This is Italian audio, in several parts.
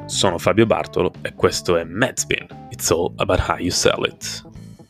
Sono Fabio Bartolo e questo è Medspin. It's all about how you sell it.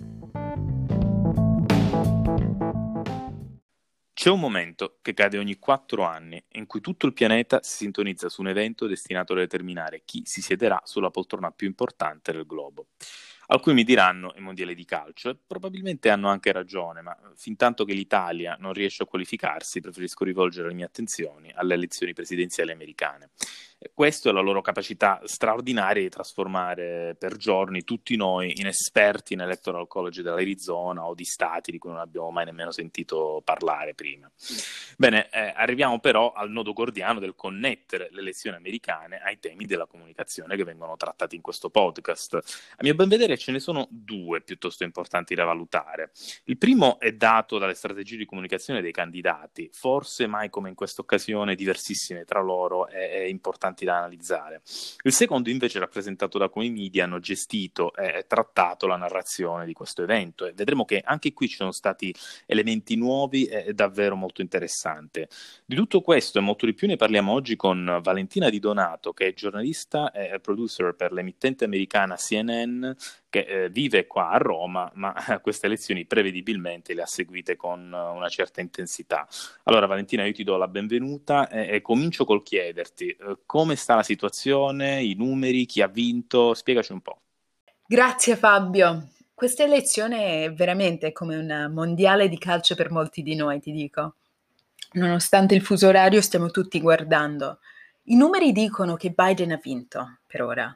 C'è un momento che cade ogni 4 anni in cui tutto il pianeta si sintonizza su un evento destinato a determinare chi si siederà sulla poltrona più importante del globo. Alcuni mi diranno i mondiali di calcio, e probabilmente hanno anche ragione, ma fintanto che l'Italia non riesce a qualificarsi, preferisco rivolgere le mie attenzioni alle elezioni presidenziali americane. Questo è la loro capacità straordinaria di trasformare per giorni tutti noi in esperti in Electoral College dell'Arizona o di stati di cui non abbiamo mai nemmeno sentito parlare prima. Bene, arriviamo però al nodo gordiano del connettere le elezioni americane ai temi della comunicazione che vengono trattati in questo podcast. A mio ben vedere ce ne sono due piuttosto importanti da valutare. Il primo è dato dalle strategie di comunicazione dei candidati, forse mai come in questa occasione diversissime tra loro e importanti da analizzare. Il secondo invece è rappresentato da come i media hanno gestito e trattato la narrazione di questo evento, e vedremo che anche qui ci sono stati elementi nuovi e davvero molto interessanti. Di tutto questo e molto di più ne parliamo oggi con Valentina Di Donato, che è giornalista e producer per l'emittente americana CNN, che vive qua a Roma, ma queste elezioni prevedibilmente le ha seguite con una certa intensità. Allora Valentina, io ti do la benvenuta e comincio col chiederti come sta la situazione, i numeri, chi ha vinto, spiegaci un po'. Grazie Fabio. Questa elezione è veramente come un mondiale di calcio per molti di noi, ti dico. Nonostante il fuso orario, stiamo tutti guardando. I numeri dicono che Biden ha vinto per ora.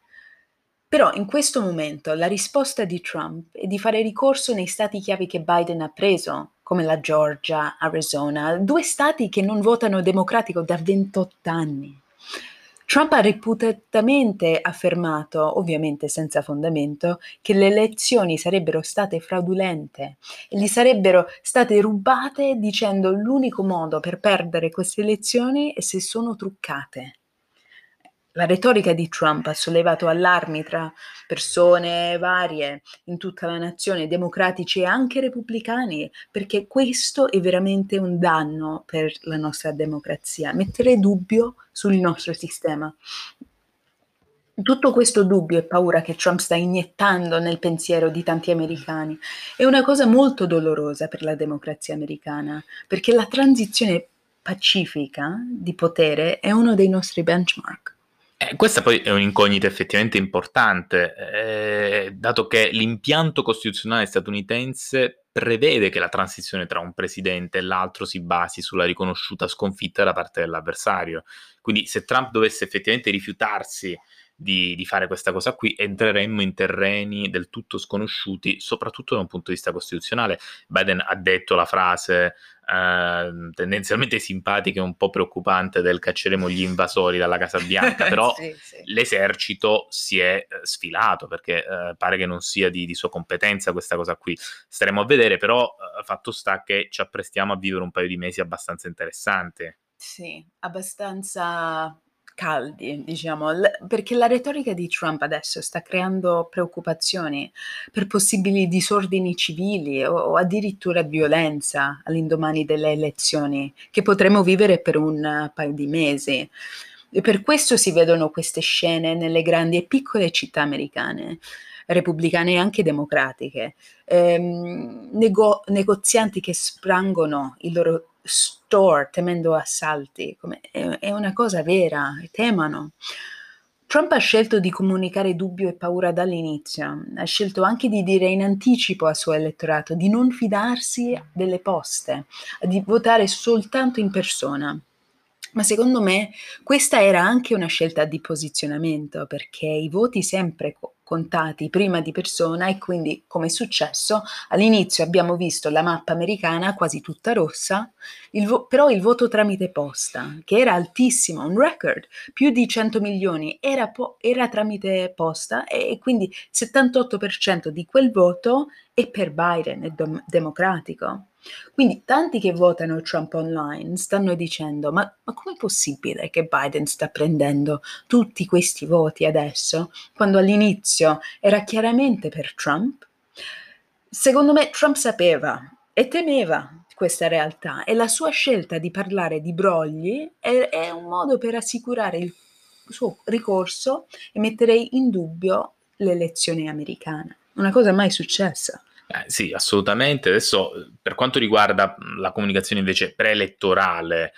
Però in questo momento la risposta di Trump è di fare ricorso nei stati chiave che Biden ha preso, come la Georgia, Arizona, 2 stati che non votano democratico da 28 anni. Trump ha riputatamente affermato, ovviamente senza fondamento, che le elezioni sarebbero state fraudolente e gli sarebbero state rubate, dicendo l'unico modo per perdere queste elezioni è se sono truccate. La retorica di Trump ha sollevato allarmi tra persone varie in tutta la nazione, democratici e anche repubblicani, perché questo è veramente un danno per la nostra democrazia, mettere dubbio sul nostro sistema. Tutto questo dubbio e paura che Trump sta iniettando nel pensiero di tanti americani è una cosa molto dolorosa per la democrazia americana, perché la transizione pacifica di potere è uno dei nostri benchmark. Questa poi è un'incognita effettivamente importante, dato che l'impianto costituzionale statunitense prevede che la transizione tra un presidente e l'altro si basi sulla riconosciuta sconfitta da parte dell'avversario. Quindi se Trump dovesse effettivamente rifiutarsi di fare questa cosa qui, entreremmo in terreni del tutto sconosciuti, soprattutto da un punto di vista costituzionale. Biden ha detto la frase tendenzialmente simpatica e un po' preoccupante del cacceremo gli invasori dalla Casa Bianca, però Sì, sì. l'esercito si è sfilato perché pare che non sia di sua competenza questa cosa qui. Staremo a vedere, però fatto sta che ci apprestiamo a vivere un paio di mesi abbastanza interessanti. Sì, abbastanza caldi, diciamo, perché la retorica di Trump adesso sta creando preoccupazioni per possibili disordini civili o addirittura violenza all'indomani delle elezioni, che potremo vivere per un paio di mesi. E per questo si vedono queste scene nelle grandi e piccole città americane, repubblicane e anche democratiche. Negozianti che sprangono i loro store temendo assalti, è una cosa vera, temano. Trump ha scelto di comunicare dubbio e paura dall'inizio, ha scelto anche di dire in anticipo al suo elettorato di non fidarsi delle poste, di votare soltanto in persona. Ma secondo me questa era anche una scelta di posizionamento, perché i voti sempre contati prima di persona, e quindi, come è successo, all'inizio abbiamo visto la mappa americana quasi tutta rossa, però il voto tramite posta, che era altissimo, un record, più di 100 milioni, era tramite posta, e quindi 78% di quel voto è per Biden, è democratico. Quindi tanti che votano Trump online stanno dicendo: ma com'è possibile che Biden sta prendendo tutti questi voti adesso, quando all'inizio era chiaramente per Trump? Secondo me Trump sapeva e temeva questa realtà, e la sua scelta di parlare di brogli è un modo per assicurare suo ricorso e metterei in dubbio l'elezione americana. Una cosa mai successa. Sì, assolutamente. Adesso, per quanto riguarda la comunicazione invece preelettorale,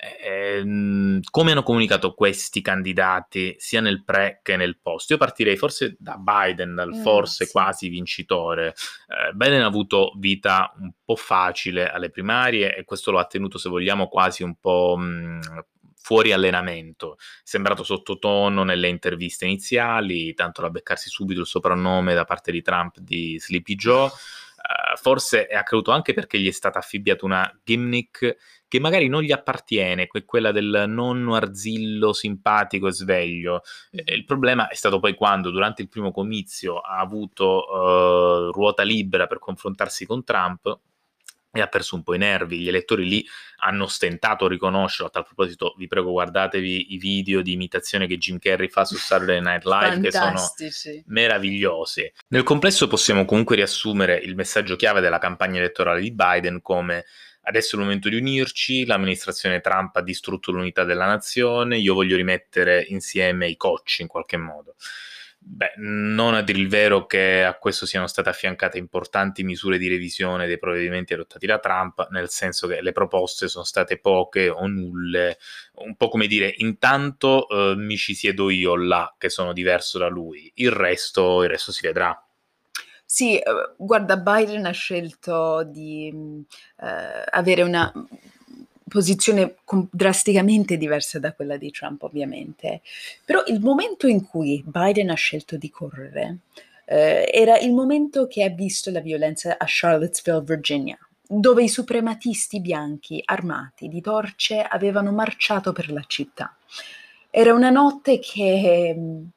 come hanno comunicato questi candidati sia nel pre che nel post? Io partirei forse da Biden, dal forse Sì. quasi vincitore. Biden ha avuto vita un po' facile alle primarie e questo lo ha tenuto, se vogliamo, quasi un po' fuori allenamento. È sembrato sottotono nelle interviste iniziali, tanto da beccarsi subito il soprannome da parte di Trump di Sleepy Joe. Forse è accaduto anche perché gli è stata affibbiata una gimmick che magari non gli appartiene, quella del nonno arzillo simpatico e sveglio. Il problema è stato poi quando durante il primo comizio ha avuto ruota libera per confrontarsi con Trump e ha perso un po' i nervi. Gli elettori lì hanno stentato a riconoscerlo. A tal proposito, vi prego, guardatevi i video di imitazione che Jim Carrey fa su Saturday Night Live, che sono Fantastici. meravigliosi. Nel complesso possiamo comunque riassumere il messaggio chiave della campagna elettorale di Biden come: adesso è il momento di unirci, l'amministrazione Trump ha distrutto l'unità della nazione, io voglio rimettere insieme i cocci in qualche modo. Beh, non a dir il vero che a questo siano state affiancate importanti misure di revisione dei provvedimenti adottati da Trump, nel senso che le proposte sono state poche o nulle, un po' come dire, intanto mi ci siedo io là, che sono diverso da lui, il resto si vedrà. Sì, guarda, Biden ha scelto di avere una posizione drasticamente diversa da quella di Trump, ovviamente. Però il momento in cui Biden ha scelto di correre era il momento che ha visto la violenza a Charlottesville, Virginia, dove i suprematisti bianchi armati di torce avevano marciato per la città. Era una notte che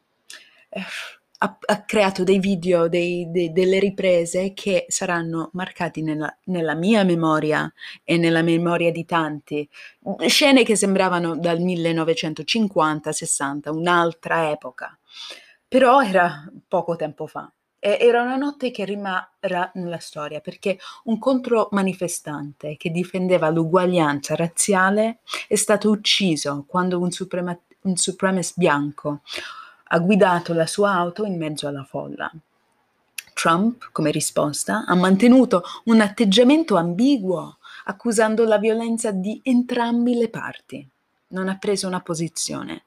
ha creato dei video, delle riprese che saranno marcati nella mia memoria e nella memoria di tanti. Scene che sembravano dal 1950-60, un'altra epoca. Però era poco tempo fa. Era una notte che rimarrà nella storia perché un contromanifestante che difendeva l'uguaglianza razziale è stato ucciso quando un supremacist bianco ha guidato la sua auto in mezzo alla folla. Trump, come risposta, ha mantenuto un atteggiamento ambiguo, accusando la violenza di entrambe le parti. Non ha preso una posizione.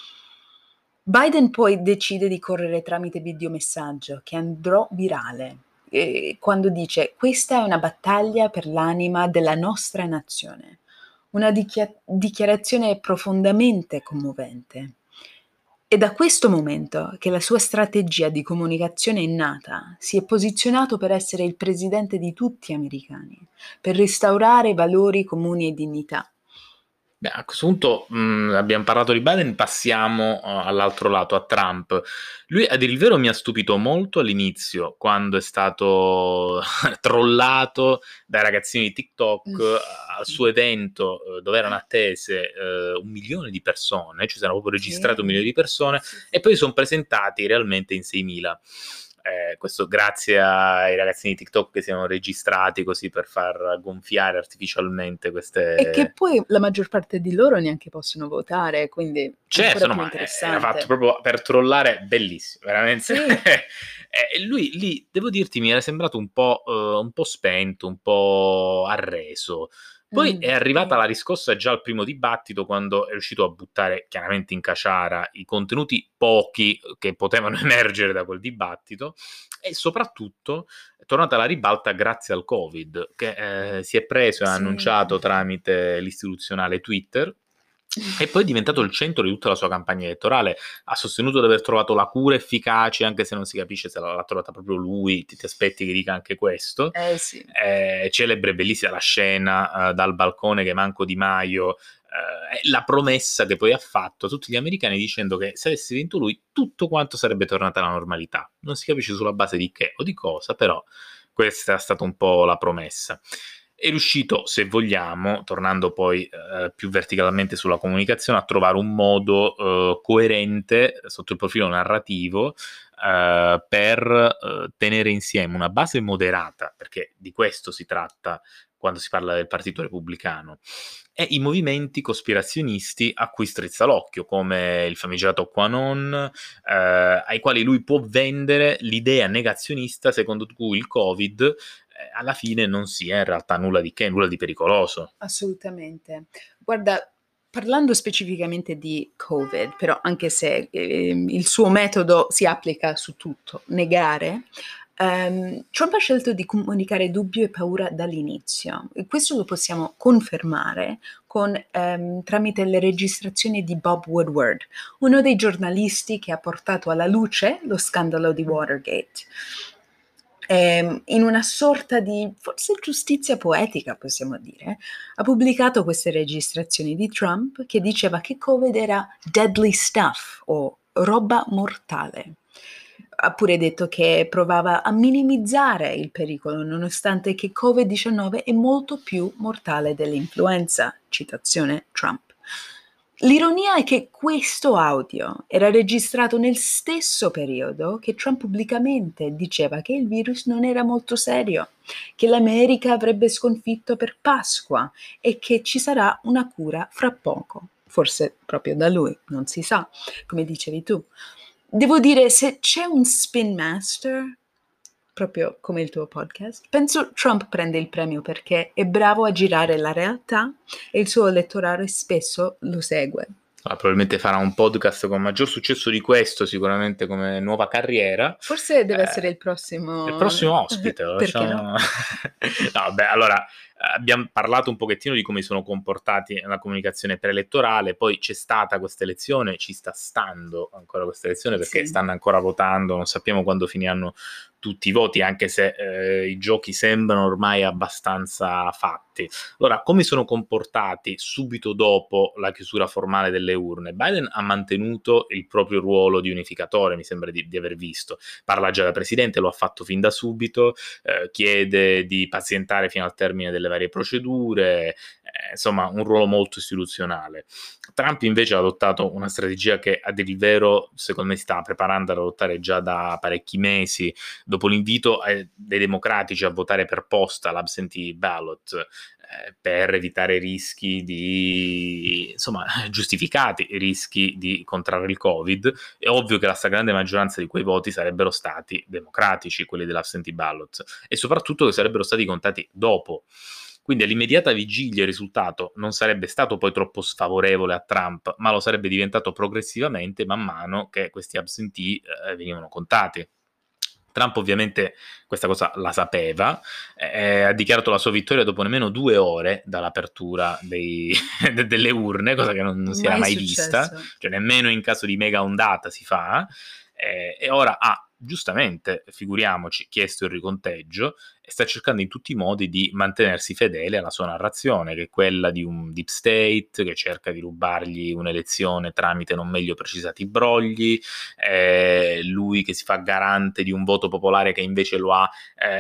Biden poi decide di correre tramite videomessaggio che andrò virale, quando dice: questa è una battaglia per l'anima della nostra nazione. Una dichiarazione profondamente commovente. È da questo momento che la sua strategia di comunicazione è nata. Si è posizionato per essere il presidente di tutti gli americani, per restaurare valori comuni e dignità. Beh, a questo punto abbiamo parlato di Biden, passiamo all'altro lato, a Trump. Lui, a dire il vero, mi ha stupito molto all'inizio, quando è stato trollato dai ragazzini di TikTok al suo evento, dove erano attese 1 milione di persone, ci saranno proprio registrate 1 milione di persone, e poi sono presentati realmente in 6.000. Questo grazie ai ragazzini di TikTok che si erano registrati così per far gonfiare artificialmente E che queste. poi la maggior parte di loro neanche possono votare, quindi Certo, ancora no, più ma era fatto interessante. proprio per trollare, bellissimo, veramente. Sì. E lui lì, devo dirti, mi era sembrato un po' spento, un po' arreso. Poi è arrivata la riscossa già al primo dibattito, quando è riuscito a buttare chiaramente in caciara i contenuti pochi che potevano emergere da quel dibattito, e soprattutto è tornata alla ribalta grazie al Covid, che si è preso e ha Sì. annunciato tramite l'istituzionale Twitter, e poi è diventato il centro di tutta la sua campagna elettorale. Ha sostenuto di aver trovato la cura efficace, anche se non si capisce se l'ha trovata proprio lui, ti aspetti che dica anche questo. Sì. Celebre, bellissima la scena dal balcone che manco Di Maio, la promessa che poi ha fatto a tutti gli americani dicendo che se avesse vinto lui tutto quanto sarebbe tornata alla normalità. Non si capisce sulla base di che o di cosa, però questa è stata un po' la promessa. È riuscito, se vogliamo, tornando poi più verticalmente sulla comunicazione, a trovare un modo coerente sotto il profilo narrativo per tenere insieme una base moderata, perché di questo si tratta quando si parla del Partito Repubblicano, e i movimenti cospirazionisti a cui strizza l'occhio, come il famigerato QAnon, ai quali lui può vendere l'idea negazionista secondo cui il Covid alla fine non sia in realtà nulla di che, nulla di pericoloso. Assolutamente. Guarda, parlando specificamente di Covid, però anche se il suo metodo si applica su tutto, negare, Trump ha scelto di comunicare dubbio e paura dall'inizio. E questo lo possiamo confermare tramite le registrazioni di Bob Woodward, uno dei giornalisti che ha portato alla luce lo scandalo di Watergate. In una sorta di, forse giustizia poetica, possiamo dire, ha pubblicato queste registrazioni di Trump che diceva che Covid era deadly stuff o roba mortale. Ha pure detto che provava a minimizzare il pericolo, nonostante che Covid-19 è molto più mortale dell'influenza. Citazione Trump. L'ironia è che questo audio era registrato nel stesso periodo che Trump pubblicamente diceva che il virus non era molto serio, che l'America avrebbe sconfitto per Pasqua e che ci sarà una cura fra poco. Forse proprio da lui, non si sa, come dicevi tu. Devo dire, se c'è un spin master, proprio come il tuo podcast, penso Trump prende il premio perché è bravo a girare la realtà e il suo elettorato spesso lo segue. Probabilmente farà un podcast con maggior successo di questo, sicuramente come nuova carriera. Forse deve essere il prossimo ospite. Lo perché lasciamo... no? No, beh, allora, abbiamo parlato un pochettino di come sono comportati nella comunicazione preelettorale, poi c'è stata questa elezione, ci sta stando ancora questa elezione perché Sì. stanno ancora votando, non sappiamo quando finiranno tutti i voti, anche se i giochi sembrano ormai abbastanza fatti. Allora, come sono comportati subito dopo la chiusura formale delle urne? Biden ha mantenuto il proprio ruolo di unificatore, mi sembra di aver visto. Parla già da presidente, lo ha fatto fin da subito, chiede di pazientare fino al termine delle varie procedure, insomma un ruolo molto istituzionale. Trump invece ha adottato una strategia che a dir il vero secondo me si sta preparando ad adottare già da parecchi mesi, dopo l'invito dei democratici a votare per posta, l'absentee ballot, per evitare rischi insomma, giustificati rischi di contrarre il Covid. È ovvio che la stragrande maggioranza di quei voti sarebbero stati democratici, quelli dell'absentee ballot, e soprattutto che sarebbero stati contati dopo. Quindi all'immediata vigilia il risultato non sarebbe stato poi troppo sfavorevole a Trump, ma lo sarebbe diventato progressivamente man mano che questi absentee venivano contati. Trump ovviamente questa cosa la sapeva, ha dichiarato la sua vittoria dopo nemmeno 2 ore dall'apertura delle urne, cosa che non si era mai vista, cioè nemmeno in caso di mega ondata si fa, e ora ha giustamente, figuriamoci, chiesto il riconteggio e sta cercando in tutti i modi di mantenersi fedele alla sua narrazione, che è quella di un deep state che cerca di rubargli un'elezione tramite non meglio precisati brogli, lui che si fa garante di un voto popolare che invece lo ha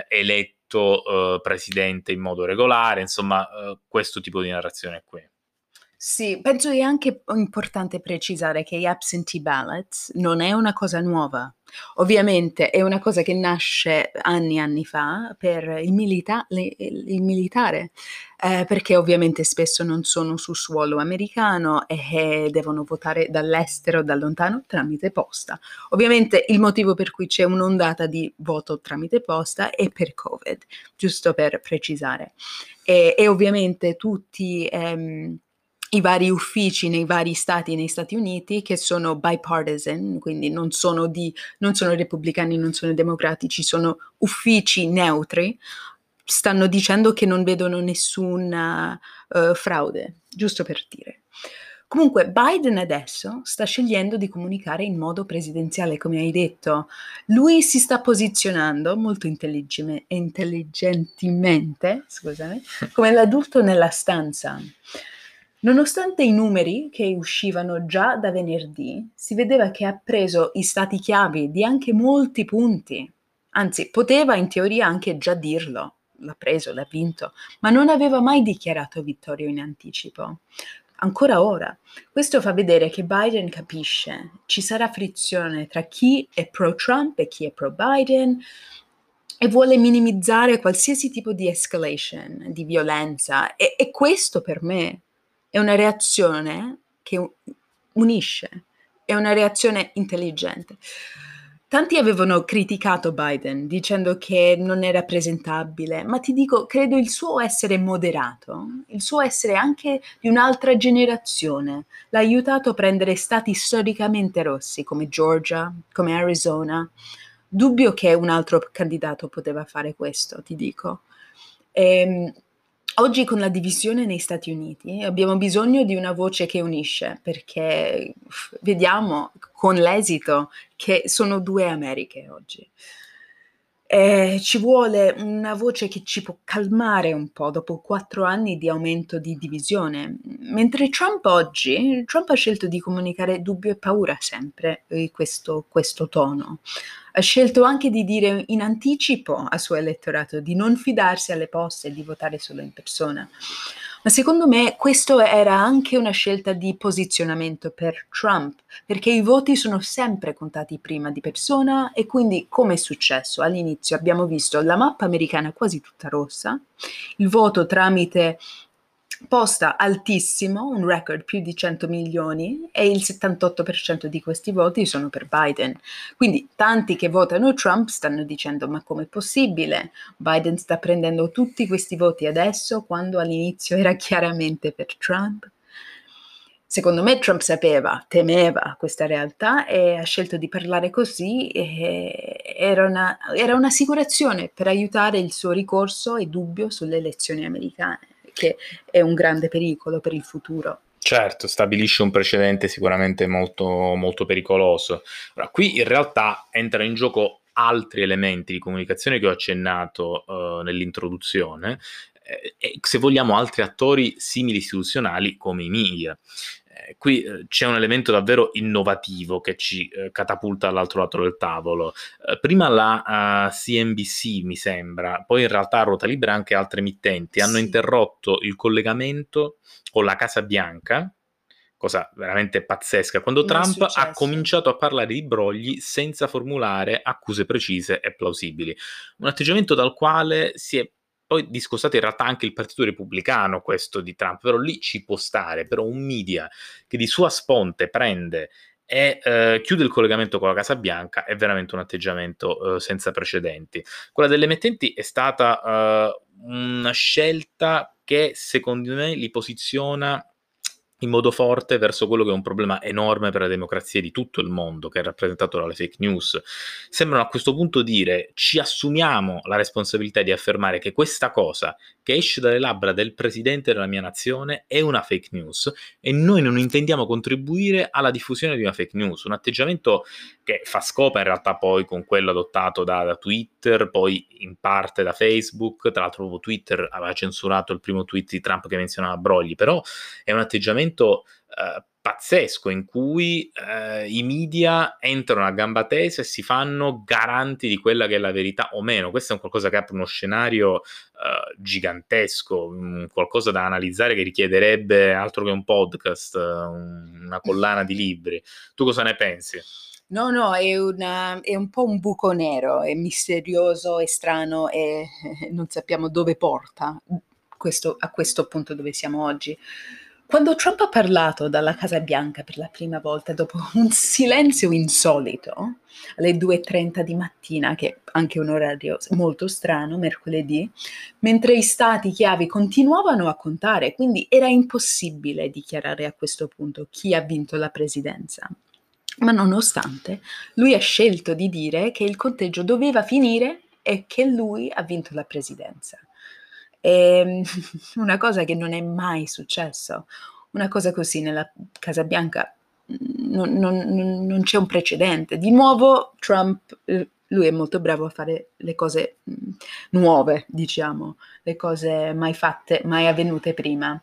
eletto presidente in modo regolare, insomma questo tipo di narrazione qui. Sì, penso che è anche importante precisare che gli absentee ballots non è una cosa nuova. Ovviamente è una cosa che nasce anni e anni fa per il militare, perché ovviamente spesso non sono su suolo americano e devono votare dall'estero, da lontano, tramite posta. Ovviamente il motivo per cui c'è un'ondata di voto tramite posta è per Covid, giusto per precisare. E ovviamente tutti i vari uffici nei vari stati negli Stati Uniti che sono bipartisan, quindi non sono repubblicani, non sono democratici, sono uffici neutri, stanno dicendo che non vedono nessuna fraude, giusto per dire. Comunque Biden adesso sta scegliendo di comunicare in modo presidenziale, come hai detto. Lui si sta posizionando molto intelligentemente, scusami, come l'adulto nella stanza. Nonostante i numeri che uscivano già da venerdì, si vedeva che ha preso i stati chiavi di anche molti punti. Anzi, poteva in teoria anche già dirlo. L'ha preso, l'ha vinto, ma non aveva mai dichiarato vittoria in anticipo. Ancora ora. Questo fa vedere che Biden capisce. Ci sarà frizione tra chi è pro-Trump e chi è pro-Biden. e vuole minimizzare qualsiasi tipo di escalation, di violenza e questo per me è una reazione che unisce, è una reazione intelligente. Tanti avevano criticato Biden dicendo che non era presentabile, ma ti dico, credo il suo essere moderato, il suo essere anche di un'altra generazione, l'ha aiutato a prendere stati storicamente rossi come Georgia, come Arizona. Dubbio che un altro candidato poteva fare questo, ti dico. Ehm, Oggi con la divisione nei Stati Uniti abbiamo bisogno di una voce che unisce, perché vediamo con l'esito che sono due Americhe oggi. Ci vuole una voce che ci può calmare un po' dopo 4 anni di aumento di divisione. Mentre Trump ha scelto di comunicare dubbio e paura sempre, questo tono. Ha scelto anche di dire in anticipo al suo elettorato di non fidarsi alle poste e di votare solo in persona. Ma secondo me questo era anche una scelta di posizionamento per Trump, perché i voti sono sempre contati prima di persona e quindi, come è successo all'inizio, abbiamo visto la mappa americana quasi tutta rossa, il voto tramite posta altissimo, un record più di 100 milioni e il 78% di questi voti sono per Biden. Quindi tanti che votano Trump stanno dicendo ma com'è possibile? Biden sta prendendo tutti questi voti adesso quando all'inizio era chiaramente per Trump. Secondo me Trump sapeva, temeva questa realtà e ha scelto di parlare così e era un'assicurazione per aiutare il suo ricorso e dubbio sulle elezioni americane, che è un grande pericolo per il futuro. Certo, stabilisce un precedente sicuramente molto, molto pericoloso. Ora, qui in realtà entrano in gioco altri elementi di comunicazione che ho accennato nell'introduzione, e se vogliamo altri attori simili istituzionali come i media. Qui c'è un elemento davvero innovativo che ci catapulta all'altro lato del tavolo. Prima la CNBC, mi sembra, poi in realtà a ruota libera anche altre emittenti hanno Sì. interrotto il collegamento con la Casa Bianca, cosa veramente pazzesca, quando Mai Trump ha successo. cominciato a parlare di brogli senza formulare accuse precise e plausibili. Un atteggiamento dal quale si è poi discostato in realtà anche il Partito Repubblicano, questo di Trump, però lì ci può stare, però un media che di sua sponte prende e chiude il collegamento con la Casa Bianca è veramente un atteggiamento senza precedenti. Quella delle emittenti è stata una scelta che secondo me li posiziona in modo forte verso quello che è un problema enorme per la democrazia di tutto il mondo, che è rappresentato dalle fake news. Sembrano a questo punto dire: ci assumiamo la responsabilità di affermare che questa cosa che esce dalle labbra del presidente della mia nazione è una fake news e noi non intendiamo contribuire alla diffusione di una fake news, un atteggiamento che fa scopa in realtà poi con quello adottato da Twitter, poi in parte da Facebook. Tra l'altro proprio Twitter aveva censurato il primo tweet di Trump che menzionava brogli, però è un atteggiamento pazzesco in cui i media entrano a gamba tesa e si fanno garanti di quella che è la verità o meno. Questo è un qualcosa che apre uno scenario gigantesco, qualcosa da analizzare che richiederebbe altro che un podcast, una collana di libri. Tu cosa ne pensi? No, è un po' un buco nero, è misterioso, è strano e non sappiamo dove porta a questo punto dove siamo oggi. Quando Trump ha parlato dalla Casa Bianca per la prima volta, dopo un silenzio insolito, alle 2:30 di mattina, che è anche un orario molto strano, mercoledì, mentre i stati chiavi continuavano a contare, quindi era impossibile dichiarare a questo punto chi ha vinto la presidenza. Ma nonostante, lui ha scelto di dire che il conteggio doveva finire e che lui ha vinto la presidenza. Ehm, una cosa che non è mai successo. Una cosa così nella Casa Bianca non c'è un precedente. Di nuovo Trump, lui è molto bravo a fare le cose nuove, diciamo, le cose mai fatte, mai avvenute prima.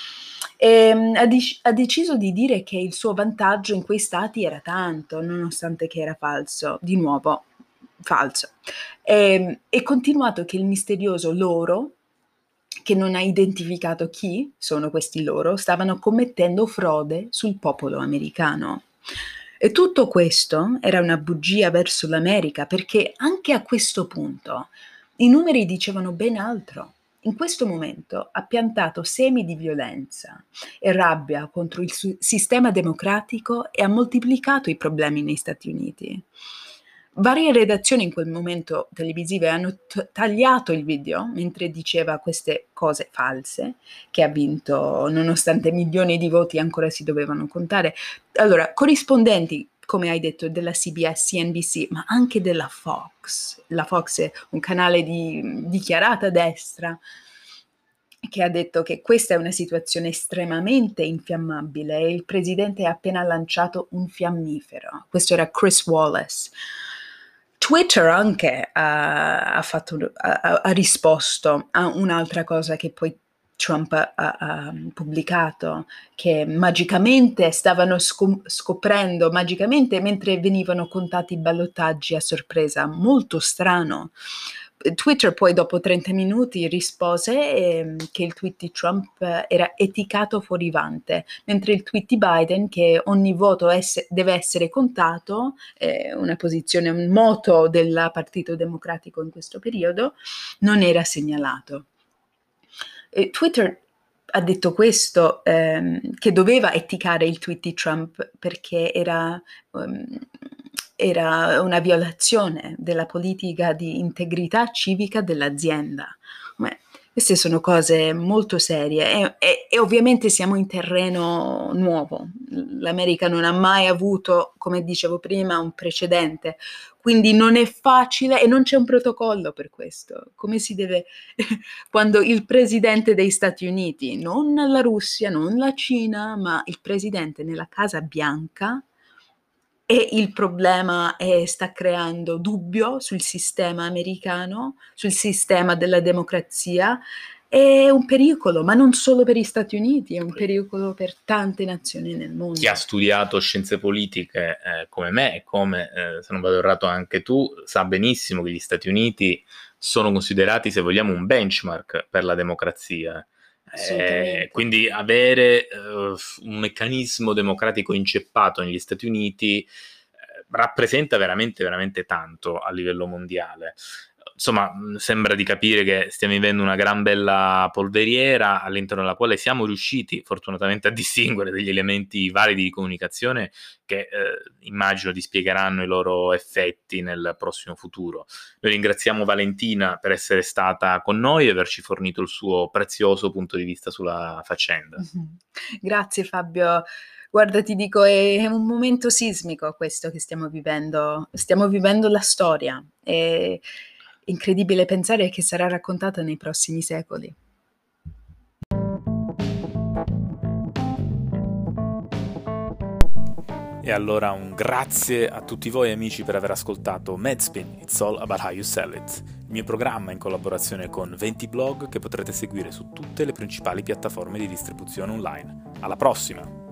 Ha deciso di dire che il suo vantaggio in quei stati era tanto, nonostante che era falso. Di nuovo, falso. E continuato che il misterioso loro, che non ha identificato chi sono questi loro, stavano commettendo frode sul popolo americano. E tutto questo era una bugia verso l'America, perché anche a questo punto i numeri dicevano ben altro. In questo momento ha piantato semi di violenza e rabbia contro il sistema democratico e ha moltiplicato i problemi negli Stati Uniti. Varie redazioni in quel momento televisive hanno tagliato il video mentre diceva queste cose false, che ha vinto nonostante milioni di voti ancora si dovevano contare. Allora, corrispondenti, come hai detto, della CBS, CNBC, ma anche della Fox. La Fox è un canale di dichiarata destra, che ha detto che questa è una situazione estremamente infiammabile e il presidente ha appena lanciato un fiammifero. Questo era Chris Wallace. Twitter anche ha risposto a un'altra cosa che poi Trump ha pubblicato, che magicamente stavano scoprendo, magicamente mentre venivano contati i ballottaggi a sorpresa, molto strano. Twitter poi dopo 30 minuti rispose che il tweet di Trump era eticato fuorivante, mentre il tweet di Biden, che ogni voto deve essere contato, una posizione, un motto del Partito Democratico in questo periodo, non era segnalato. Twitter ha detto questo, che doveva eticare il tweet di Trump perché era una violazione della politica di integrità civica dell'azienda. Beh, queste sono cose molto serie e ovviamente siamo in terreno nuovo. L'America non ha mai avuto, come dicevo prima, un precedente, quindi non è facile e non c'è un protocollo per questo. Come si deve quando il presidente dei Stati Uniti, non la Russia, non la Cina, ma il presidente nella Casa Bianca, e il problema sta creando dubbio sul sistema americano, sul sistema della democrazia, è un pericolo, ma non solo per gli Stati Uniti, è un pericolo per tante nazioni nel mondo. Chi ha studiato scienze politiche come me e come, se non vado errato, anche tu, sa benissimo che gli Stati Uniti sono considerati, se vogliamo, un benchmark per la democrazia. Quindi avere un meccanismo democratico inceppato negli Stati Uniti rappresenta veramente, veramente tanto a livello mondiale. Insomma, sembra di capire che stiamo vivendo una gran bella polveriera all'interno della quale siamo riusciti fortunatamente a distinguere degli elementi vari di comunicazione che immagino dispiegheranno i loro effetti nel prossimo futuro. Noi ringraziamo Valentina per essere stata con noi e averci fornito il suo prezioso punto di vista sulla faccenda. Grazie Fabio. Guarda, ti dico, è un momento sismico questo che stiamo vivendo. Stiamo vivendo la storia. È incredibile pensare che sarà raccontata nei prossimi secoli. E allora un grazie a tutti voi amici per aver ascoltato Medspin, It's All About How You Sell It, il mio programma in collaborazione con 20 blog che potrete seguire su tutte le principali piattaforme di distribuzione online. Alla prossima!